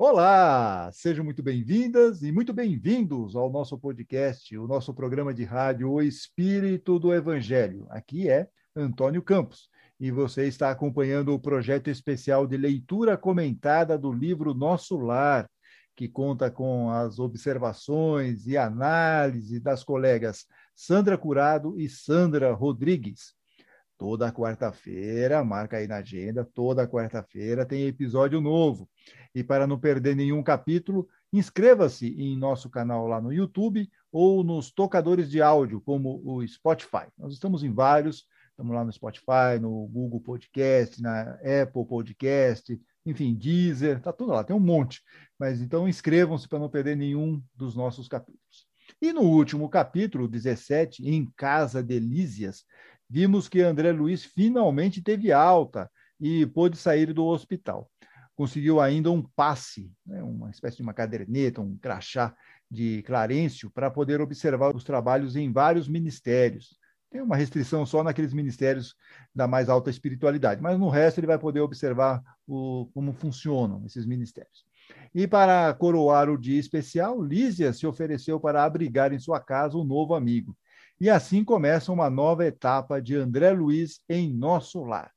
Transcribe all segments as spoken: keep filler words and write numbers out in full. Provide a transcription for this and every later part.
Olá, sejam muito bem-vindas e muito bem-vindos ao nosso podcast, o nosso programa de rádio O Espírito do Evangelho. Aqui é Antônio Campos e você está acompanhando o projeto especial de leitura comentada do livro Nosso Lar, que conta com as observações e análise das colegas Sandra Curado e Sandra Rodrigues. Toda quarta-feira, marca aí na agenda, toda quarta-feira tem episódio novo. E para não perder nenhum capítulo, inscreva-se em nosso canal lá no YouTube ou nos tocadores de áudio, como o Spotify. Nós estamos em vários, estamos lá no Spotify, no Google Podcast, na Apple Podcast, enfim, Deezer, está tudo lá, tem um monte. Mas então inscrevam-se para não perder nenhum dos nossos capítulos. E no último capítulo, dezessete, Em Casa de Lísias, vimos que André Luiz finalmente teve alta e pôde sair do hospital. Conseguiu ainda um passe, né, uma espécie de uma caderneta, um crachá de Clarencio, para poder observar os trabalhos em vários ministérios. Tem uma restrição só naqueles ministérios da mais alta espiritualidade, mas no resto ele vai poder observar o, como funcionam esses ministérios. E para coroar o dia especial, Lísia se ofereceu para abrigar em sua casa um novo amigo. E assim começa uma nova etapa de André Luiz em Nosso Lar.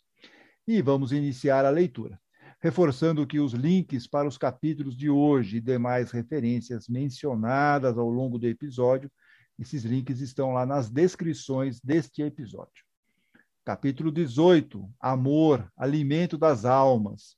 E vamos iniciar a leitura, reforçando que os links para os capítulos de hoje e demais referências mencionadas ao longo do episódio, esses links estão lá nas descrições deste episódio. Capítulo dezoito, Amor, Alimento das Almas.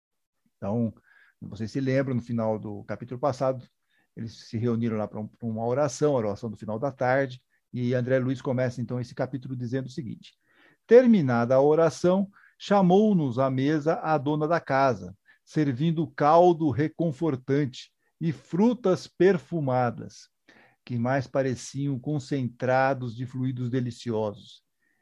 Então, vocês se lembram, no final do capítulo passado, eles se reuniram lá para uma oração, a oração do final da tarde, e André Luiz começa, então, esse capítulo dizendo o seguinte: terminada a oração, chamou-nos à mesa a dona da casa, servindo caldo reconfortante e frutas perfumadas, que mais pareciam concentrados de fluidos deliciosos.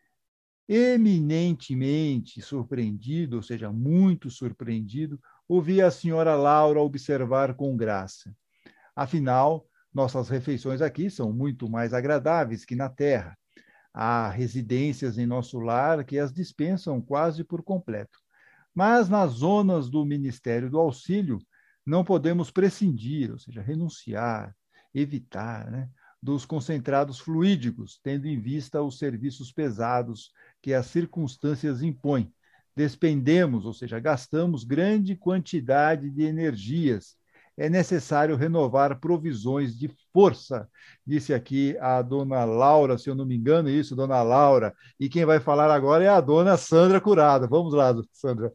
Eminentemente surpreendido, ou seja, muito surpreendido, ouvi a senhora Laura observar com graça. Afinal, nossas refeições aqui são muito mais agradáveis que na terra. Há residências em nosso lar que as dispensam quase por completo. Mas nas zonas do Ministério do Auxílio, não podemos prescindir, ou seja, renunciar, evitar, né, dos concentrados fluídicos, tendo em vista os serviços pesados que as circunstâncias impõem. Despendemos, ou seja, gastamos grande quantidade de energias. É necessário renovar provisões de força, disse aqui a dona Laura, se eu não me engano, isso, dona Laura. E quem vai falar agora é a dona Sandra Curado. Vamos lá, Sandra.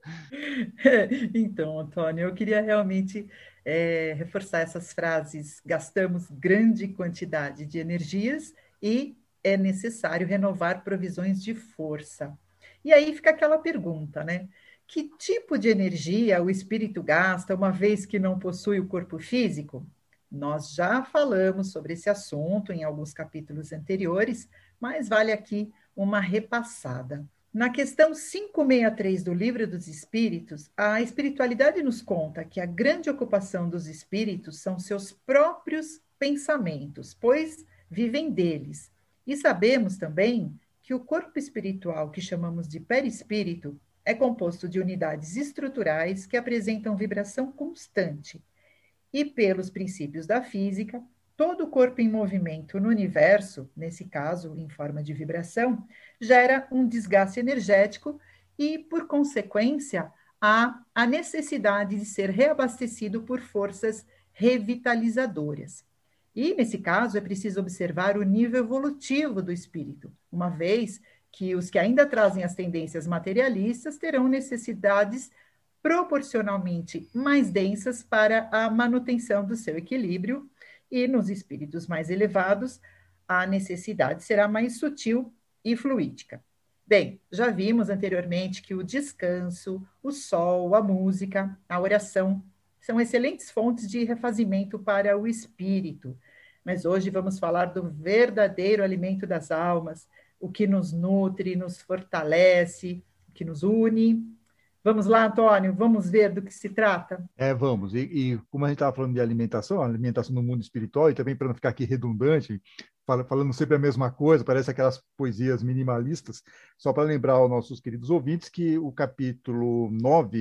Então, Antônio, eu queria realmente é, reforçar essas frases. Gastamos grande quantidade de energias e é necessário renovar provisões de força. E aí fica aquela pergunta, né? Que tipo de energia o espírito gasta uma vez que não possui o corpo físico? Nós já falamos sobre esse assunto em alguns capítulos anteriores, mas vale aqui uma repassada. Na questão quinhentos e sessenta e três do Livro dos Espíritos, a espiritualidade nos conta que a grande ocupação dos espíritos são seus próprios pensamentos, pois vivem deles. E sabemos também que o corpo espiritual, que chamamos de perispírito, é composto de unidades estruturais que apresentam vibração constante. E pelos princípios da física, todo corpo em movimento no universo, nesse caso em forma de vibração, gera um desgaste energético e, por consequência, há a necessidade de ser reabastecido por forças revitalizadoras. E, nesse caso, é preciso observar o nível evolutivo do espírito, uma vez que os que ainda trazem as tendências materialistas terão necessidades proporcionalmente mais densas para a manutenção do seu equilíbrio, e nos espíritos mais elevados, a necessidade será mais sutil e fluídica. Bem, já vimos anteriormente que o descanso, o sol, a música, a oração são excelentes fontes de refazimento para o espírito. Mas hoje vamos falar do verdadeiro alimento das almas, o que nos nutre, nos fortalece, o que nos une. Vamos lá, Antônio, vamos ver do que se trata? É, vamos. E, e como a gente estava falando de alimentação, alimentação no mundo espiritual, e também para não ficar aqui redundante, fala, falando sempre a mesma coisa, parece aquelas poesias minimalistas, só para lembrar aos nossos queridos ouvintes que o capítulo nove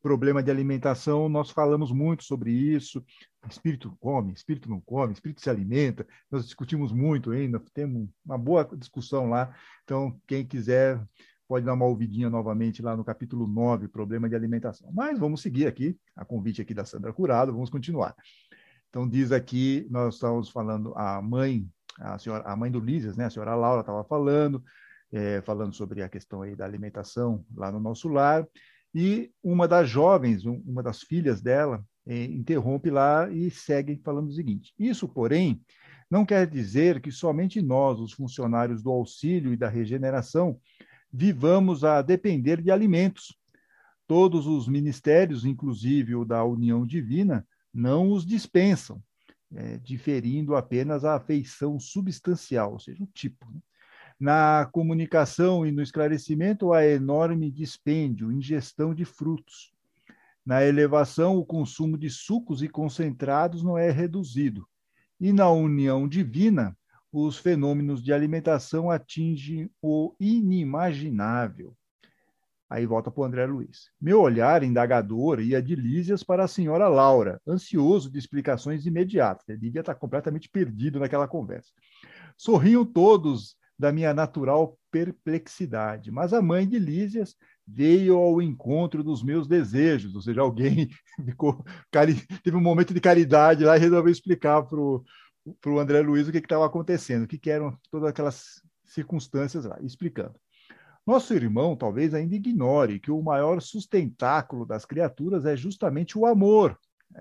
problema de alimentação, nós falamos muito sobre isso. Espírito come, espírito não come, espírito se alimenta. Nós discutimos muito ainda, temos uma boa discussão lá. Então, quem quiser pode dar uma ouvidinha novamente lá no capítulo nove, problema de alimentação. Mas vamos seguir aqui, a convite aqui da Sandra Curado, vamos continuar. Então, diz aqui, nós estamos falando, a mãe, a, senhora, a mãe do Lísias, né, a senhora Laura estava falando, é, falando sobre a questão aí da alimentação lá no nosso lar, e uma das jovens, uma das filhas dela, é, interrompe lá e segue falando o seguinte: isso, porém, não quer dizer que somente nós, os funcionários do auxílio e da regeneração, vivamos a depender de alimentos. Todos os ministérios, inclusive o da união divina, não os dispensam, é, diferindo apenas a afeição substancial, ou seja, o tipo. Né? Na comunicação e no esclarecimento, há enorme dispêndio, ingestão de frutos. Na elevação, o consumo de sucos e concentrados não é reduzido. E na união divina, os fenômenos de alimentação atingem o inimaginável. Aí volta para o André Luiz. Meu olhar indagador ia de Lísias para a senhora Laura, ansioso de explicações imediatas. Ele devia estar completamente perdido naquela conversa. Sorriam todos da minha natural perplexidade, mas a mãe de Lísias veio ao encontro dos meus desejos, ou seja, alguém ficou, teve um momento de caridade lá e resolveu explicar para o André Luiz o que estava acontecendo, o que, que eram todas aquelas circunstâncias lá, explicando. Nosso irmão talvez ainda ignore que o maior sustentáculo das criaturas é justamente o amor.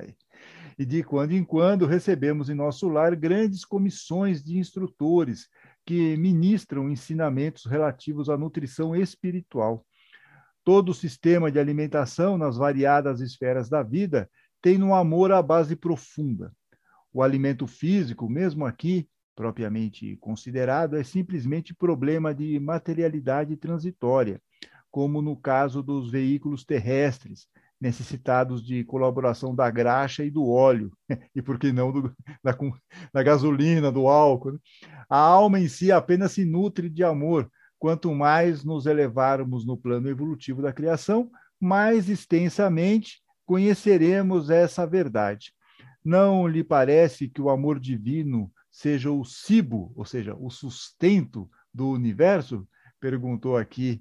E de quando em quando recebemos em nosso lar grandes comissões de instrutores que ministram ensinamentos relativos à nutrição espiritual. Todo o sistema de alimentação nas variadas esferas da vida tem um amor à base profunda. O alimento físico, mesmo aqui, propriamente considerado, é simplesmente problema de materialidade transitória, como no caso dos veículos terrestres, necessitados de colaboração da graxa e do óleo, e por que não do, da, da gasolina, do álcool. Né? A alma em si apenas se nutre de amor. Quanto mais nos elevarmos no plano evolutivo da criação, mais extensamente conheceremos essa verdade. Não lhe parece que o amor divino seja o cibo, ou seja, o sustento do universo? Perguntou aqui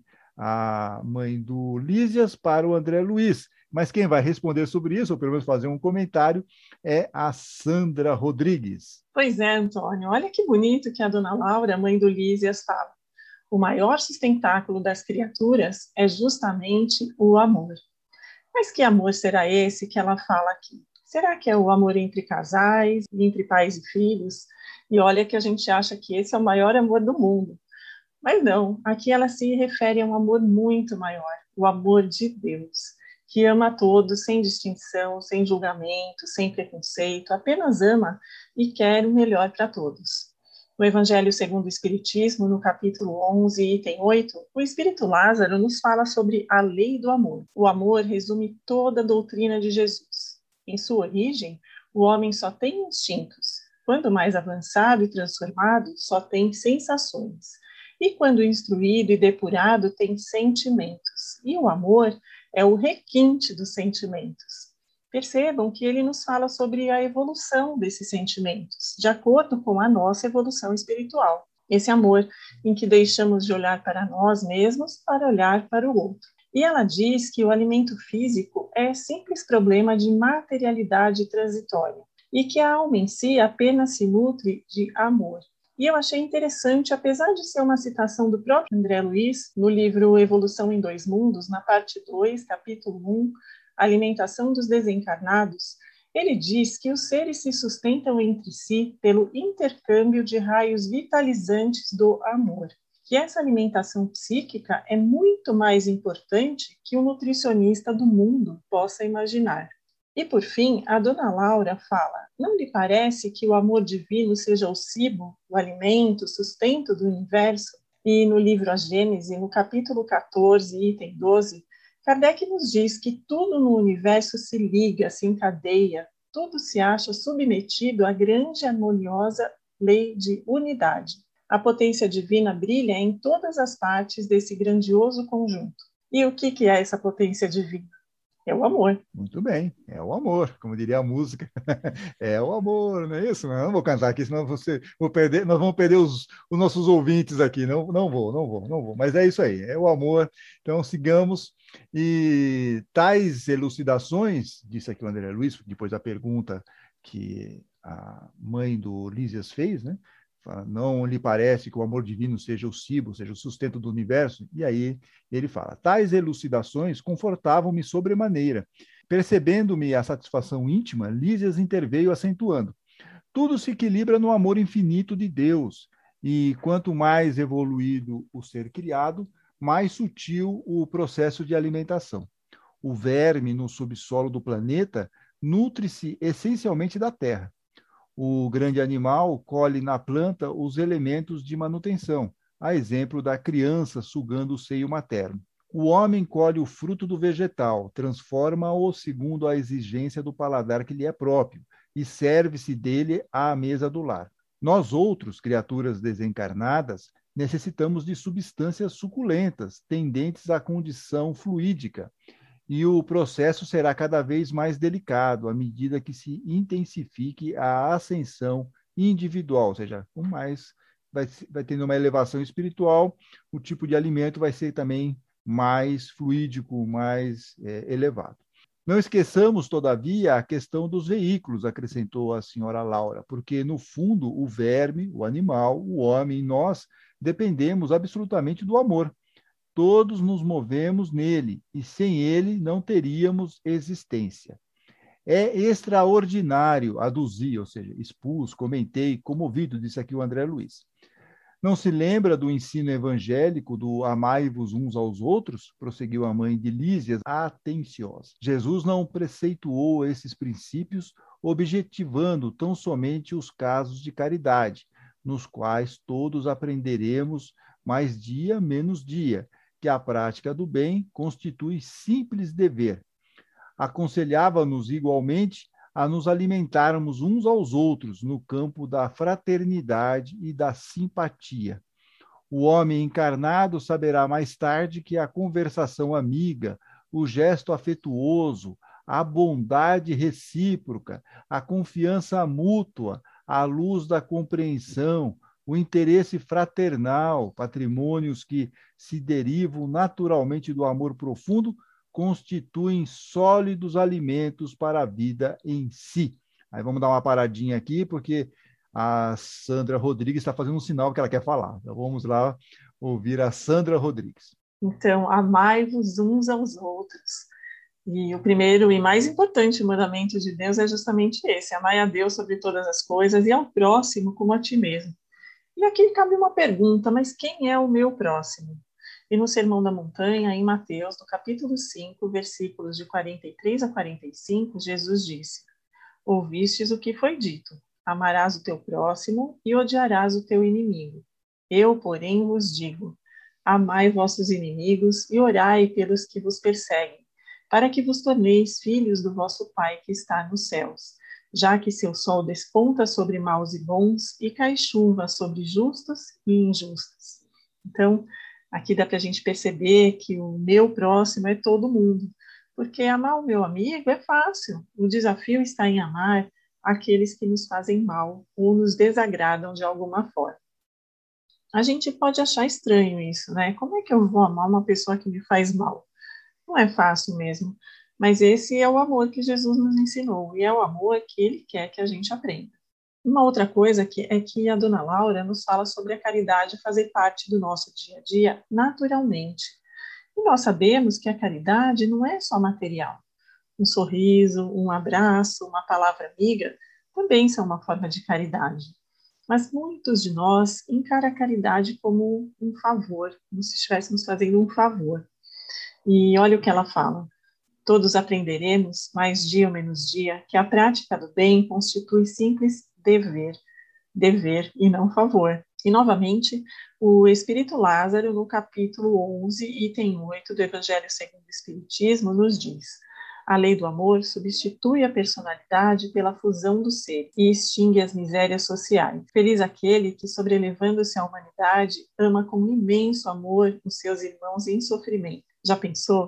a mãe do Lísias para o André Luiz. Mas quem vai responder sobre isso, ou pelo menos fazer um comentário, é a Sandra Rodrigues. Pois é, Antônio, olha que bonito que a dona Laura, mãe do Lísias, fala. O maior sustentáculo das criaturas é justamente o amor. Mas que amor será esse que ela fala aqui? Será que é o amor entre casais, entre pais e filhos? E olha que a gente acha que esse é o maior amor do mundo. Mas não, aqui ela se refere a um amor muito maior, o amor de Deus, que ama a todos sem distinção, sem julgamento, sem preconceito, apenas ama e quer o melhor para todos. No Evangelho segundo o Espiritismo, no capítulo onze, item oito, o Espírito Lázaro nos fala sobre a lei do amor. O amor resume toda a doutrina de Jesus. Em sua origem, o homem só tem instintos. Quando mais avançado e transformado, só tem sensações. E quando instruído e depurado, tem sentimentos. E o amor é o requinte dos sentimentos. Percebam que ele nos fala sobre a evolução desses sentimentos, de acordo com a nossa evolução espiritual. Esse amor em que deixamos de olhar para nós mesmos para olhar para o outro. E ela diz que o alimento físico é simples problema de materialidade transitória e que a alma em si apenas se nutre de amor. E eu achei interessante, apesar de ser uma citação do próprio André Luiz, no livro Evolução em Dois Mundos, na parte dois, capítulo um, Alimentação dos Desencarnados, ele diz que os seres se sustentam entre si pelo intercâmbio de raios vitalizantes do amor. Que essa alimentação psíquica é muito mais importante que o nutricionista do mundo possa imaginar. E, por fim, a dona Laura fala, não lhe parece que o amor divino seja o cibo, o alimento, o sustento do universo? E no livro A Gênese, no capítulo catorze, item doze, Kardec nos diz que tudo no universo se liga, se encadeia, tudo se acha submetido à grande e harmoniosa lei de unidade. A potência divina brilha em todas as partes desse grandioso conjunto. E o que é essa potência divina? É o amor. Muito bem, é o amor, como diria a música. É o amor, não é isso? Não, eu não vou cantar aqui, senão você, vou perder, nós vamos perder os, os nossos ouvintes aqui. Não, não vou, não vou, não vou. Mas é isso aí, é o amor. Então sigamos. E tais elucidações, disse aqui o André Luiz, depois da pergunta que a mãe do Lísias fez, né? Não lhe parece que o amor divino seja o cibo, seja o sustento do universo? E aí ele fala: tais elucidações confortavam-me sobremaneira. Percebendo-me a satisfação íntima, Lísias interveio acentuando: tudo se equilibra no amor infinito de Deus, e quanto mais evoluído o ser criado, mais sutil o processo de alimentação. O verme no subsolo do planeta nutre-se essencialmente da terra. O grande animal colhe na planta os elementos de manutenção, a exemplo da criança sugando o seio materno. O homem colhe o fruto do vegetal, transforma-o segundo a exigência do paladar que lhe é próprio e serve-se dele à mesa do lar. Nós outros, criaturas desencarnadas, necessitamos de substâncias suculentas, tendentes à condição fluídica, e o processo será cada vez mais delicado à medida que se intensifique a ascensão individual, ou seja, com mais vai, vai tendo uma elevação espiritual, o tipo de alimento vai ser também mais fluídico, mais é, elevado. Não esqueçamos, todavia, a questão dos veículos, acrescentou a senhora Laura, porque, no fundo, o verme, o animal, o homem, nós dependemos absolutamente do amor. Todos nos movemos nele, e sem ele não teríamos existência. É extraordinário, aduzi, ou seja, expus, comentei, comovido, disse aqui o André Luiz. Não se lembra do ensino evangélico do amai-vos uns aos outros? Prosseguiu a mãe de Lísias, atenciosa. Jesus não preceituou esses princípios, objetivando tão somente os casos de caridade, nos quais todos aprenderemos mais dia menos dia, que a prática do bem constitui simples dever. Aconselhava-nos igualmente a nos alimentarmos uns aos outros no campo da fraternidade e da simpatia. O homem encarnado saberá mais tarde que a conversação amiga, o gesto afetuoso, a bondade recíproca, a confiança mútua, a luz da compreensão, o interesse fraternal, patrimônios que se derivam naturalmente do amor profundo, constituem sólidos alimentos para a vida em si. Aí vamos dar uma paradinha aqui, porque a Sandra Rodrigues está fazendo um sinal que ela quer falar. Então vamos lá ouvir a Sandra Rodrigues. Então, amai-vos uns aos outros. E o primeiro e mais importante mandamento de Deus é justamente esse: amai a Deus sobre todas as coisas e ao próximo como a ti mesmo. E aqui cabe uma pergunta: mas quem é o meu próximo? E no Sermão da Montanha, em Mateus, no capítulo cinco, versículos de quarenta e três a quarenta e cinco, Jesus disse: ouvistes o que foi dito, amarás o teu próximo e odiarás o teu inimigo. Eu, porém, vos digo, amai vossos inimigos e orai pelos que vos perseguem, para que vos torneis filhos do vosso Pai que está nos céus, já que seu sol desponta sobre maus e bons e cai chuva sobre justos e injustos. Então, aqui dá para a gente perceber que o meu próximo é todo mundo, porque amar o meu amigo é fácil. O desafio está em amar aqueles que nos fazem mal ou nos desagradam de alguma forma. A gente pode achar estranho isso, né? Como é que eu vou amar uma pessoa que me faz mal? Não é fácil mesmo, mas esse é o amor que Jesus nos ensinou, e é o amor que Ele quer que a gente aprenda. Uma outra coisa que é que a dona Laura nos fala sobre a caridade fazer parte do nosso dia a dia naturalmente. E nós sabemos que a caridade não é só material. Um sorriso, um abraço, uma palavra amiga também são uma forma de caridade. Mas muitos de nós encaram a caridade como um favor, como se estivéssemos fazendo um favor. E olha o que ela fala: todos aprenderemos, mais dia ou menos dia, que a prática do bem constitui simples dever, dever e não favor. E, novamente, o Espírito Lázaro, no capítulo onze, item oito do Evangelho segundo o Espiritismo, nos diz: a lei do amor substitui a personalidade pela fusão do ser e extingue as misérias sociais. Feliz aquele que, sobrelevando-se à humanidade, ama com imenso amor os seus irmãos em sofrimento. Já pensou?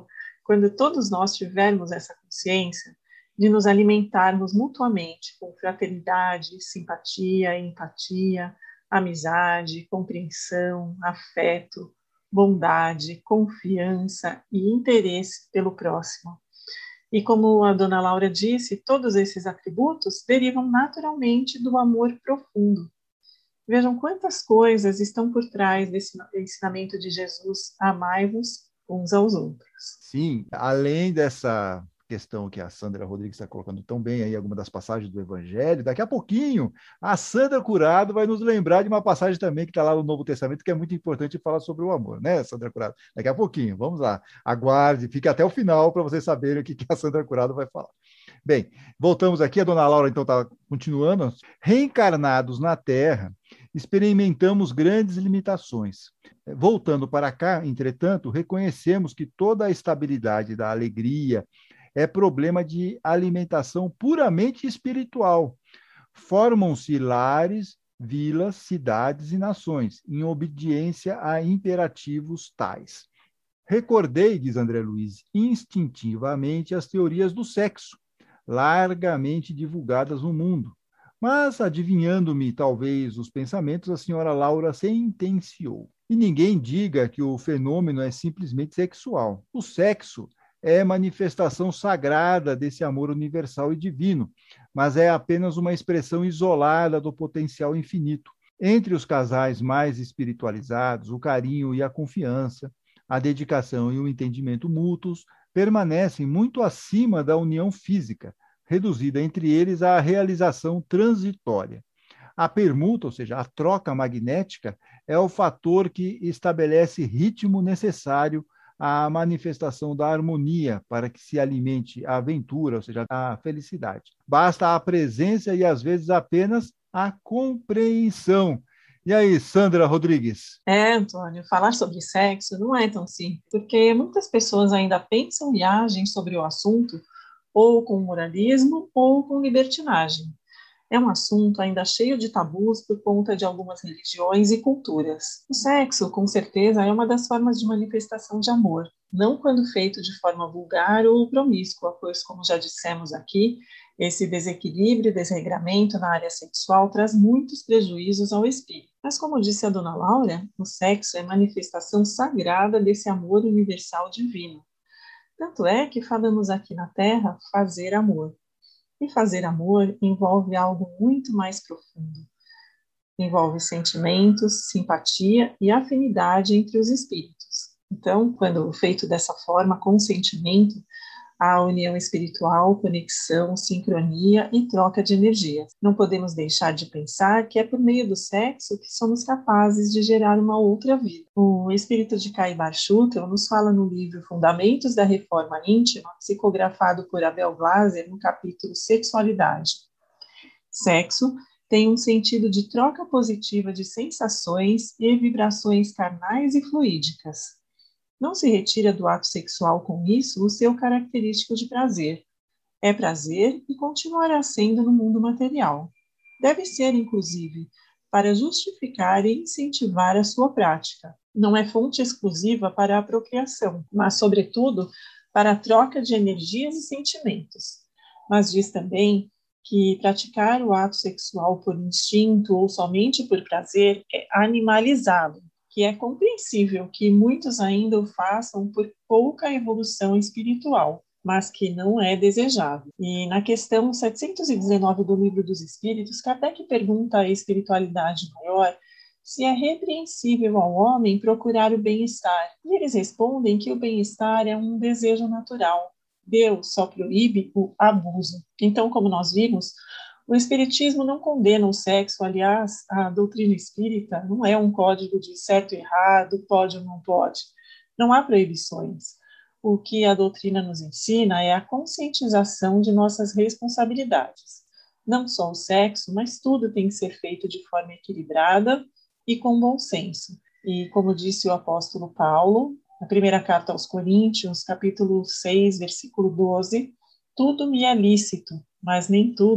quando todos nós tivermos essa consciência de nos alimentarmos mutuamente com fraternidade, simpatia, empatia, amizade, compreensão, afeto, bondade, confiança e interesse pelo próximo. E como a dona Laura disse, todos esses atributos derivam naturalmente do amor profundo. Vejam quantas coisas estão por trás desse ensinamento de Jesus: amai-vos uns aos outros. Sim, além dessa questão que a Sandra Rodrigues está colocando tão bem aí, alguma das passagens do Evangelho, daqui a pouquinho a Sandra Curado vai nos lembrar de uma passagem também que está lá no Novo Testamento, que é muito importante falar sobre o amor, né, Sandra Curado? Daqui a pouquinho, vamos lá, aguarde, fique até o final para vocês saberem o que, que a Sandra Curado vai falar. Bem, voltamos aqui, a dona Laura então está continuando. Reencarnados na Terra, experimentamos grandes limitações. Voltando para cá, entretanto, reconhecemos que toda a estabilidade da alegria é problema de alimentação puramente espiritual. Formam-se lares, vilas, cidades e nações, em obediência a imperativos tais. Recordei, diz André Luiz, instintivamente as teorias do sexo, largamente divulgadas no mundo. Mas, adivinhando-me talvez os pensamentos, a senhora Laura sentenciou. E ninguém diga que o fenômeno é simplesmente sexual. O sexo é manifestação sagrada desse amor universal e divino, mas é apenas uma expressão isolada do potencial infinito. Entre os casais mais espiritualizados, o carinho e a confiança, a dedicação e o entendimento mútuos permanecem muito acima da união física, reduzida entre eles à realização transitória. A permuta, ou seja, a troca magnética, é o fator que estabelece ritmo necessário à manifestação da harmonia para que se alimente a aventura, ou seja, a felicidade. Basta a presença e, às vezes, apenas a compreensão. E aí, Sandra Rodrigues? É, Antônio, falar sobre sexo não é tão simples, porque muitas pessoas ainda pensam e agem sobre o assunto ou com moralismo ou com libertinagem. É um assunto ainda cheio de tabus por conta de algumas religiões e culturas. O sexo, com certeza, é uma das formas de manifestação de amor, não quando feito de forma vulgar ou promíscua, pois, como já dissemos aqui, esse desequilíbrio e desregramento na área sexual traz muitos prejuízos ao espírito. Mas, como disse a dona Laura, o sexo é manifestação sagrada desse amor universal divino. Tanto é que falamos aqui na Terra fazer amor. E fazer amor envolve algo muito mais profundo. Envolve sentimentos, simpatia e afinidade entre os espíritos. Então, quando feito dessa forma, com sentimento, há união espiritual, conexão, sincronia e troca de energias. Não podemos deixar de pensar que é por meio do sexo que somos capazes de gerar uma outra vida. O espírito de Caibar Schutel nos fala no livro Fundamentos da Reforma Íntima, psicografado por Abel Glaser, no capítulo Sexualidade. Sexo tem um sentido de troca positiva de sensações e vibrações carnais e fluídicas. Não se retira do ato sexual com isso o seu característico de prazer. É prazer e continuará sendo no mundo material. Deve ser, inclusive, para justificar e incentivar a sua prática. Não é fonte exclusiva para a procriação, mas, sobretudo, para a troca de energias e sentimentos. Mas diz também que praticar o ato sexual por instinto ou somente por prazer é animalizá-lo, que é compreensível que muitos ainda o façam por pouca evolução espiritual, mas que não é desejável. E na questão setecentos e dezenove do Livro dos Espíritos, Kardec pergunta à espiritualidade maior se é repreensível ao homem procurar o bem-estar. E eles respondem que o bem-estar é um desejo natural. Deus só proíbe o abuso. Então, como nós vimos, o Espiritismo não condena o sexo, aliás, a doutrina espírita não é um código de certo e errado, pode ou não pode. Não há proibições. O que a doutrina nos ensina é a conscientização de nossas responsabilidades. Não só o sexo, mas tudo tem que ser feito de forma equilibrada e com bom senso. E como disse o apóstolo Paulo, na primeira carta aos Coríntios, capítulo seis, versículo doze, tudo me é lícito, mas nem tudo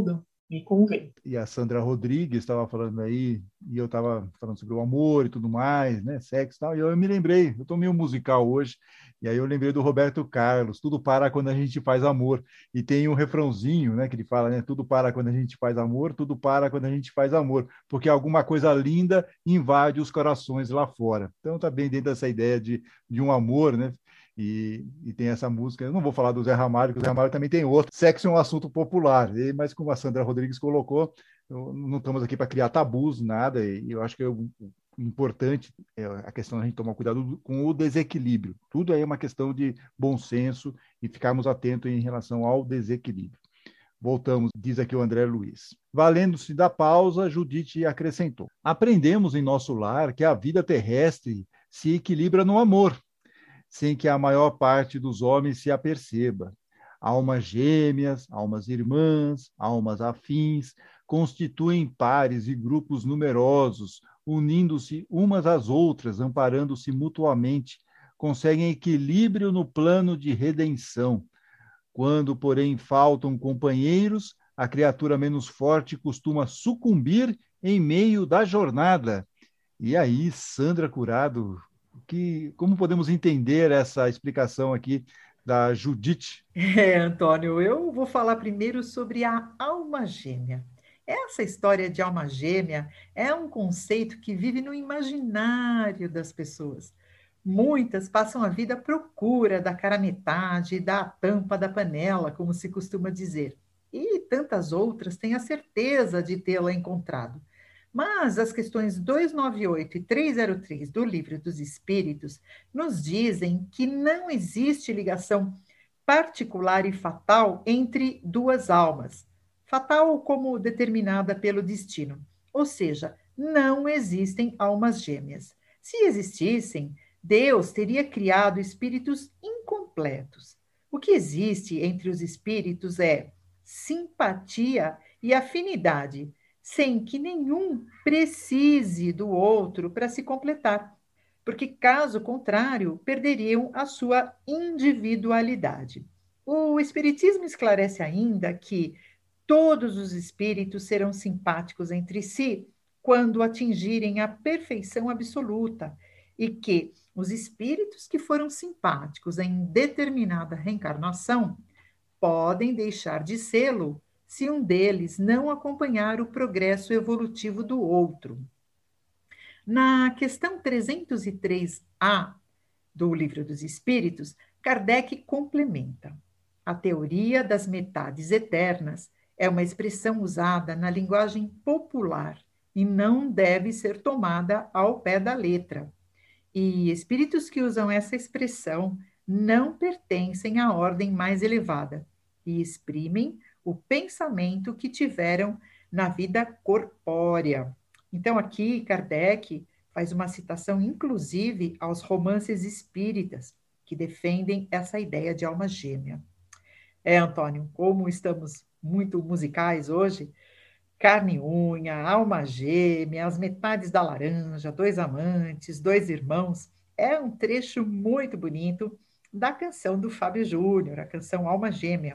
me convém. E a Sandra Rodrigues estava falando aí, e eu estava falando sobre o amor e tudo mais, né, sexo e tal, e eu me lembrei, eu estou meio musical hoje, e aí eu lembrei do Roberto Carlos, tudo para quando a gente faz amor, e tem um refrãozinho, né, que ele fala, né, tudo para quando a gente faz amor, tudo para quando a gente faz amor, porque alguma coisa linda invade os corações lá fora. Então está bem dentro dessa ideia de, de um amor, né, E, e tem essa música, eu não vou falar do Zé Ramalho, que o Zé Ramalho também tem outro. Sexo é um assunto popular, e, mas como a Sandra Rodrigues colocou, eu, não estamos aqui para criar tabus, nada, e eu acho que é o, o importante é a questão da gente tomar cuidado com o desequilíbrio. Tudo aí é uma questão de bom senso e ficarmos atentos em relação ao desequilíbrio. Voltamos, diz aqui o André Luiz. Valendo-se da pausa, Judite acrescentou. Aprendemos em nosso lar que a vida terrestre se equilibra no amor, sem que a maior parte dos homens se aperceba. Almas gêmeas, almas irmãs, almas afins, constituem pares e grupos numerosos, unindo-se umas às outras, amparando-se mutuamente, conseguem equilíbrio no plano de redenção. Quando, porém, faltam companheiros, a criatura menos forte costuma sucumbir em meio da jornada. E aí, Sandra Curado, que, como podemos entender essa explicação aqui da Judite? É, Antônio, eu vou falar primeiro sobre a alma gêmea. Essa história de alma gêmea é um conceito que vive no imaginário das pessoas. Muitas passam a vida à procura da cara metade, da tampa da panela, como se costuma dizer. E tantas outras têm a certeza de tê-la encontrado. Mas as questões duzentos e noventa e oito e trezentos e três do Livro dos Espíritos nos dizem que não existe ligação particular e fatal entre duas almas, fatal como determinada pelo destino, ou seja, não existem almas gêmeas. Se existissem, Deus teria criado espíritos incompletos. O que existe entre os espíritos é simpatia e afinidade, sem que nenhum precise do outro para se completar, porque, caso contrário, perderiam a sua individualidade. O Espiritismo esclarece ainda que todos os espíritos serão simpáticos entre si quando atingirem a perfeição absoluta e que os espíritos que foram simpáticos em determinada reencarnação podem deixar de sê-lo se um deles não acompanhar o progresso evolutivo do outro. Na questão trezentos e três A do Livro dos Espíritos, Kardec complementa. A teoria das metades eternas é uma expressão usada na linguagem popular e não deve ser tomada ao pé da letra. E espíritos que usam essa expressão não pertencem à ordem mais elevada e exprimem o pensamento que tiveram na vida corpórea. Então, aqui, Kardec faz uma citação, inclusive, aos romances espíritas, que defendem essa ideia de alma gêmea. É, Antônio, como estamos muito musicais hoje, carne e unha, alma gêmea, as metades da laranja, dois amantes, dois irmãos, é um trecho muito bonito da canção do Fábio Júnior, a canção Alma Gêmea.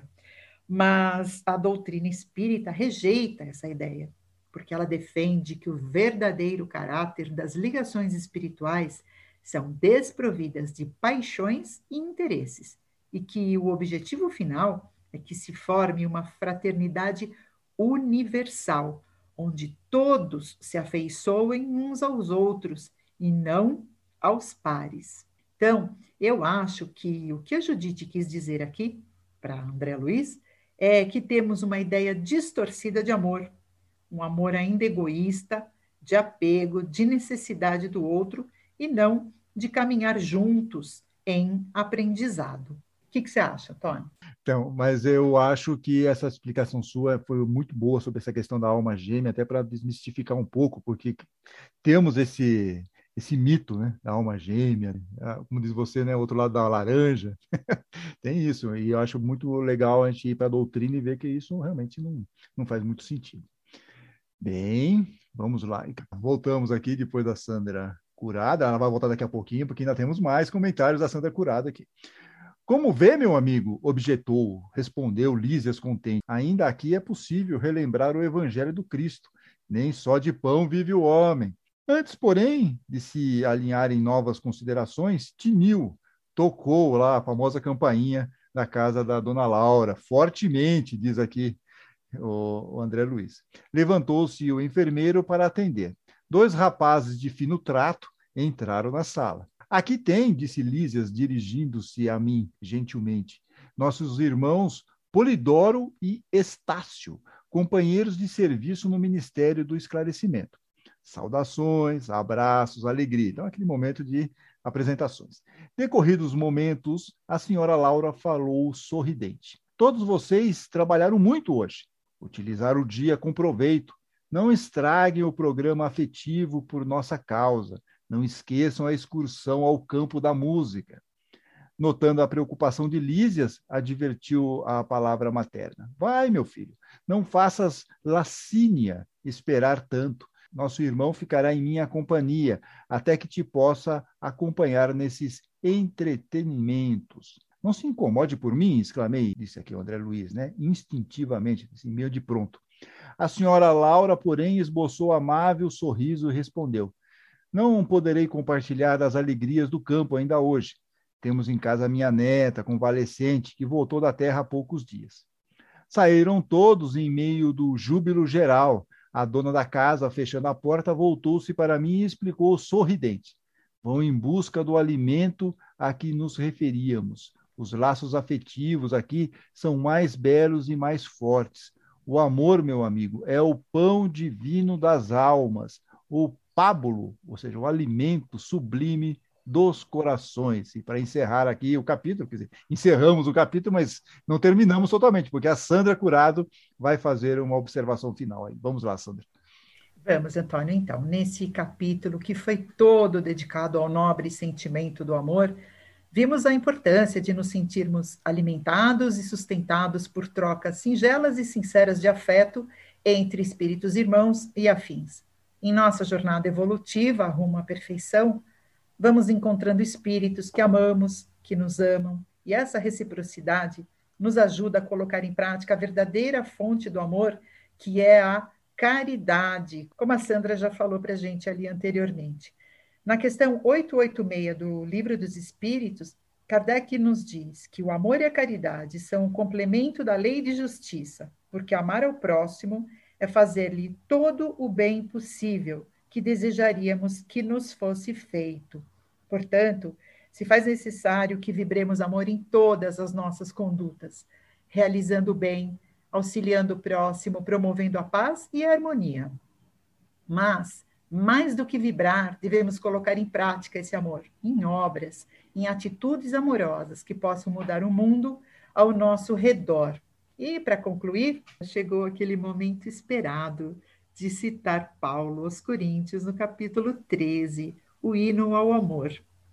Mas a doutrina espírita rejeita essa ideia, porque ela defende que o verdadeiro caráter das ligações espirituais são desprovidas de paixões e interesses, e que o objetivo final é que se forme uma fraternidade universal, onde todos se afeiçoem uns aos outros e não aos pares. Então, eu acho que o que a Judite quis dizer aqui, para André Luiz, é que temos uma ideia distorcida de amor, um amor ainda egoísta, de apego, de necessidade do outro e não de caminhar juntos em aprendizado. O que, que você acha, Tony? Então, mas eu acho que essa explicação sua foi muito boa sobre essa questão da alma gêmea, até para desmistificar um pouco, porque temos esse esse mito, né, da alma gêmea, como diz você, né, outro lado da laranja, tem isso, e eu acho muito legal a gente ir para a doutrina e ver que isso realmente não, não faz muito sentido. Bem, vamos lá, voltamos aqui depois da Sandra Curada, ela vai voltar daqui a pouquinho, porque ainda temos mais comentários da Sandra Curada aqui. Como vê, meu amigo? Objetou, respondeu Lísias contente. Ainda aqui é possível relembrar o evangelho do Cristo. Nem só de pão vive o homem. Antes, porém, de se alinhar em novas considerações, tiniu, tocou lá a famosa campainha da casa da dona Laura, fortemente, diz aqui o, o André Luiz. Levantou-se o enfermeiro para atender. Dois rapazes de fino trato entraram na sala. Aqui tem, disse Lísias, dirigindo-se a mim gentilmente, nossos irmãos Polidoro e Estácio, companheiros de serviço no Ministério do Esclarecimento. Saudações, abraços, alegria. Então, aquele momento de apresentações. Decorridos os momentos, a senhora Laura falou sorridente. Todos vocês trabalharam muito hoje. Utilizaram o dia com proveito. Não estraguem o programa afetivo por nossa causa. Não esqueçam a excursão ao campo da música. Notando a preocupação de Lísias, advertiu a palavra materna. Vai, meu filho, não faças lacínia esperar tanto. Nosso irmão ficará em minha companhia, até que te possa acompanhar nesses entretenimentos. Não se incomode por mim, exclamei, disse aqui o André Luiz, né? Instintivamente, assim, meio de pronto. A senhora Laura, porém, esboçou amável sorriso e respondeu. Não poderei compartilhar das alegrias do campo ainda hoje. Temos em casa minha neta, convalescente, que voltou da terra há poucos dias. Saíram todos em meio do júbilo geral. A dona da casa, fechando a porta, voltou-se para mim e explicou sorridente. Vão em busca do alimento a que nos referíamos. Os laços afetivos aqui são mais belos e mais fortes. O amor, meu amigo, é o pão divino das almas, o pábulo, ou seja, o alimento sublime dos corações. E para encerrar aqui o capítulo, quer dizer, encerramos o capítulo, mas não terminamos totalmente, porque a Sandra Curado vai fazer uma observação final aí. Vamos lá, Sandra. Vamos, Antônio, então, nesse capítulo que foi todo dedicado ao nobre sentimento do amor, vimos a importância de nos sentirmos alimentados e sustentados por trocas singelas e sinceras de afeto entre espíritos irmãos e afins. Em nossa jornada evolutiva rumo à perfeição, vamos encontrando espíritos que amamos, que nos amam, e essa reciprocidade nos ajuda a colocar em prática a verdadeira fonte do amor, que é a caridade, como a Sandra já falou para a gente ali anteriormente. Na questão oitocentos e oitenta e seis do Livro dos Espíritos, Kardec nos diz que o amor e a caridade são um complemento da lei de justiça, porque amar ao próximo é fazer-lhe todo o bem possível que desejaríamos que nos fosse feito. Portanto, se faz necessário que vibremos amor em todas as nossas condutas, realizando o bem, auxiliando o próximo, promovendo a paz e a harmonia. Mas, mais do que vibrar, devemos colocar em prática esse amor, em obras, em atitudes amorosas que possam mudar o mundo ao nosso redor. E, para concluir, chegou aquele momento esperado de citar Paulo aos Coríntios, no capítulo treze, o hino ao amor.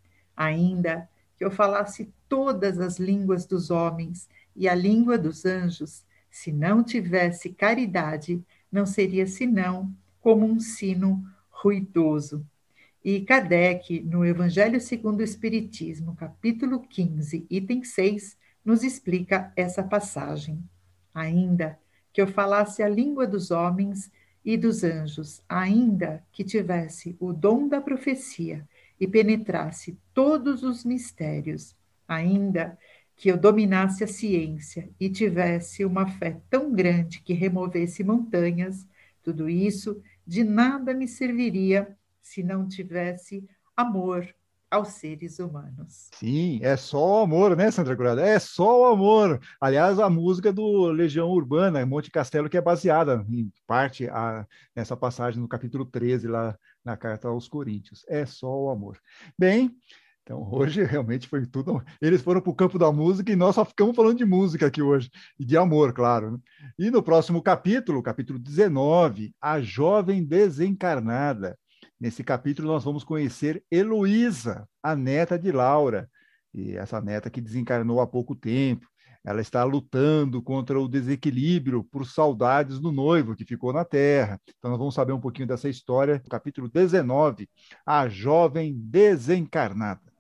Ainda que eu falasse todas as línguas dos homens e a língua dos anjos, se não tivesse caridade, não seria senão como um sino ruidoso. E Kardec, no Evangelho segundo o Espiritismo, capítulo quinze, item seis, nos explica essa passagem. Ainda que eu falasse a língua dos homens e dos anjos, ainda que tivesse o dom da profecia e penetrasse todos os mistérios, ainda que eu dominasse a ciência e tivesse uma fé tão grande que removesse montanhas, tudo isso de nada me serviria se não tivesse amor aos seres humanos. Sim, é só o amor, né, Sandra Curado? É só o amor. Aliás, a música do Legião Urbana, Monte Castelo, que é baseada em parte a, nessa passagem no capítulo treze, lá na Carta aos Coríntios. É só o amor. Bem, então hoje realmente foi tudo. Eles foram para o campo da música e nós só ficamos falando de música aqui hoje, e de amor, claro. Né? E no próximo capítulo, capítulo dezenove, A Jovem Desencarnada. Nesse capítulo, nós vamos conhecer Heloísa, a neta de Laura, e essa neta que desencarnou há pouco tempo. Ela está lutando contra o desequilíbrio por saudades do noivo que ficou na Terra. Então, nós vamos saber um pouquinho dessa história. Capítulo dezenove, A Jovem Desencarnada.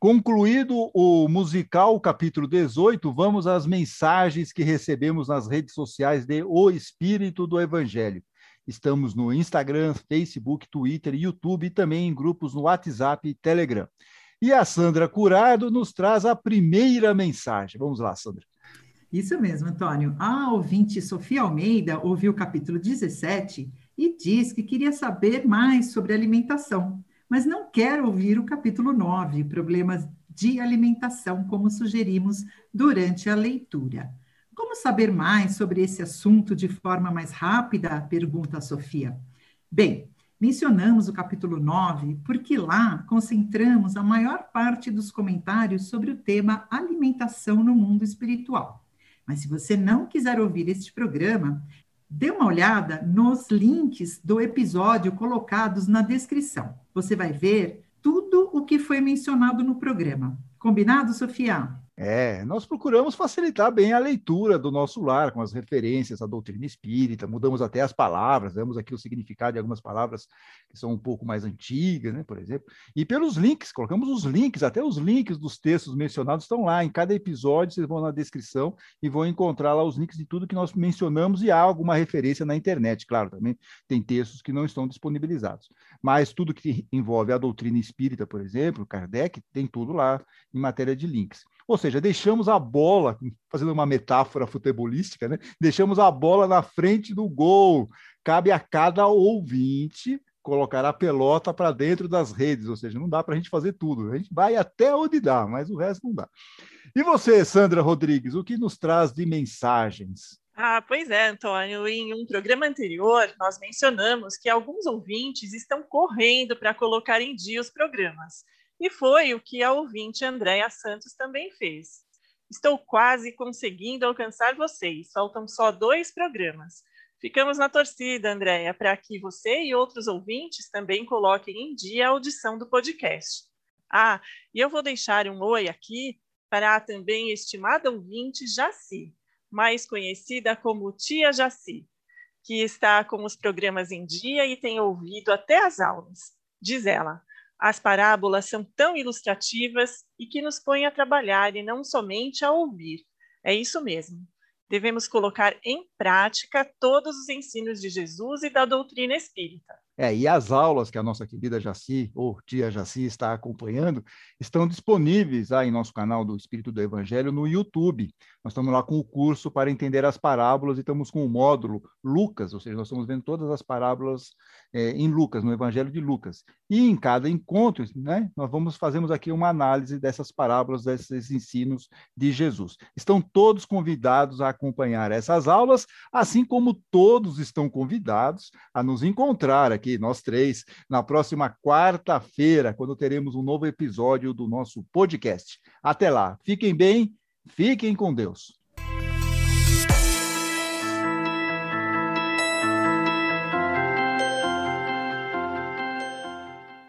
Concluído o musical capítulo dezoito, vamos às mensagens que recebemos nas redes sociais de O Espírito do Evangelho. Estamos no Instagram, Facebook, Twitter, YouTube e também em grupos no WhatsApp e Telegram. E a Sandra Curado nos traz a primeira mensagem. Vamos lá, Sandra. Isso mesmo, Antônio. A ouvinte Sofia Almeida ouviu o capítulo dezessete e diz que queria saber mais sobre alimentação, mas não quer ouvir o capítulo nove, problemas de alimentação, como sugerimos durante a leitura. Como saber mais sobre esse assunto de forma mais rápida? Pergunta a Sofia. Bem, mencionamos o capítulo nove porque lá concentramos a maior parte dos comentários sobre o tema alimentação no mundo espiritual. Mas se você não quiser ouvir este programa, dê uma olhada nos links do episódio colocados na descrição. Você vai ver tudo o que foi mencionado no programa. Combinado, Sofia? É, nós procuramos facilitar bem a leitura do nosso lar, com as referências à doutrina espírita, mudamos até as palavras, damos aqui o significado de algumas palavras que são um pouco mais antigas, né, por exemplo, e pelos links, colocamos os links, até os links dos textos mencionados estão lá, em cada episódio vocês vão na descrição e vão encontrar lá os links de tudo que nós mencionamos e há alguma referência na internet, claro, também tem textos que não estão disponibilizados, mas tudo que envolve a doutrina espírita, por exemplo, Kardec, tem tudo lá em matéria de links. Ou seja, deixamos a bola, fazendo uma metáfora futebolística, né? Deixamos a bola na frente do gol. Cabe a cada ouvinte colocar a pelota para dentro das redes, ou seja, não dá para a gente fazer tudo. A gente vai até onde dá, mas o resto não dá. E você, Sandra Rodrigues, o que nos traz de mensagens? Ah, pois é, Antônio. Em um programa anterior, nós mencionamos que alguns ouvintes estão correndo para colocar em dia os programas. E foi o que a ouvinte Andréia Santos também fez. Estou quase conseguindo alcançar vocês, faltam só dois programas. Ficamos na torcida, Andréia, para que você e outros ouvintes também coloquem em dia a audição do podcast. Ah, e eu vou deixar um oi aqui para a também estimada ouvinte Jaci, mais conhecida como Tia Jaci, que está com os programas em dia e tem ouvido até as aulas. Diz ela: as parábolas são tão ilustrativas e que nos põem a trabalhar e não somente a ouvir. É isso mesmo. Devemos colocar em prática todos os ensinos de Jesus e da doutrina espírita. É, e as aulas que a nossa querida Jaci, ou tia Jaci, está acompanhando, estão disponíveis lá em nosso canal do Espírito do Evangelho no YouTube. Nós estamos lá com o curso para entender as parábolas e estamos com o módulo Lucas, ou seja, nós estamos vendo todas as parábolas é, em Lucas, no Evangelho de Lucas. E em cada encontro, né, nós vamos fazemos aqui uma análise dessas parábolas, desses ensinos de Jesus. Estão todos convidados a acompanhar essas aulas, assim como todos estão convidados a nos encontrar aqui aqui, nós três, na próxima quarta-feira, quando teremos um novo episódio do nosso podcast. Até lá, fiquem bem, fiquem com Deus.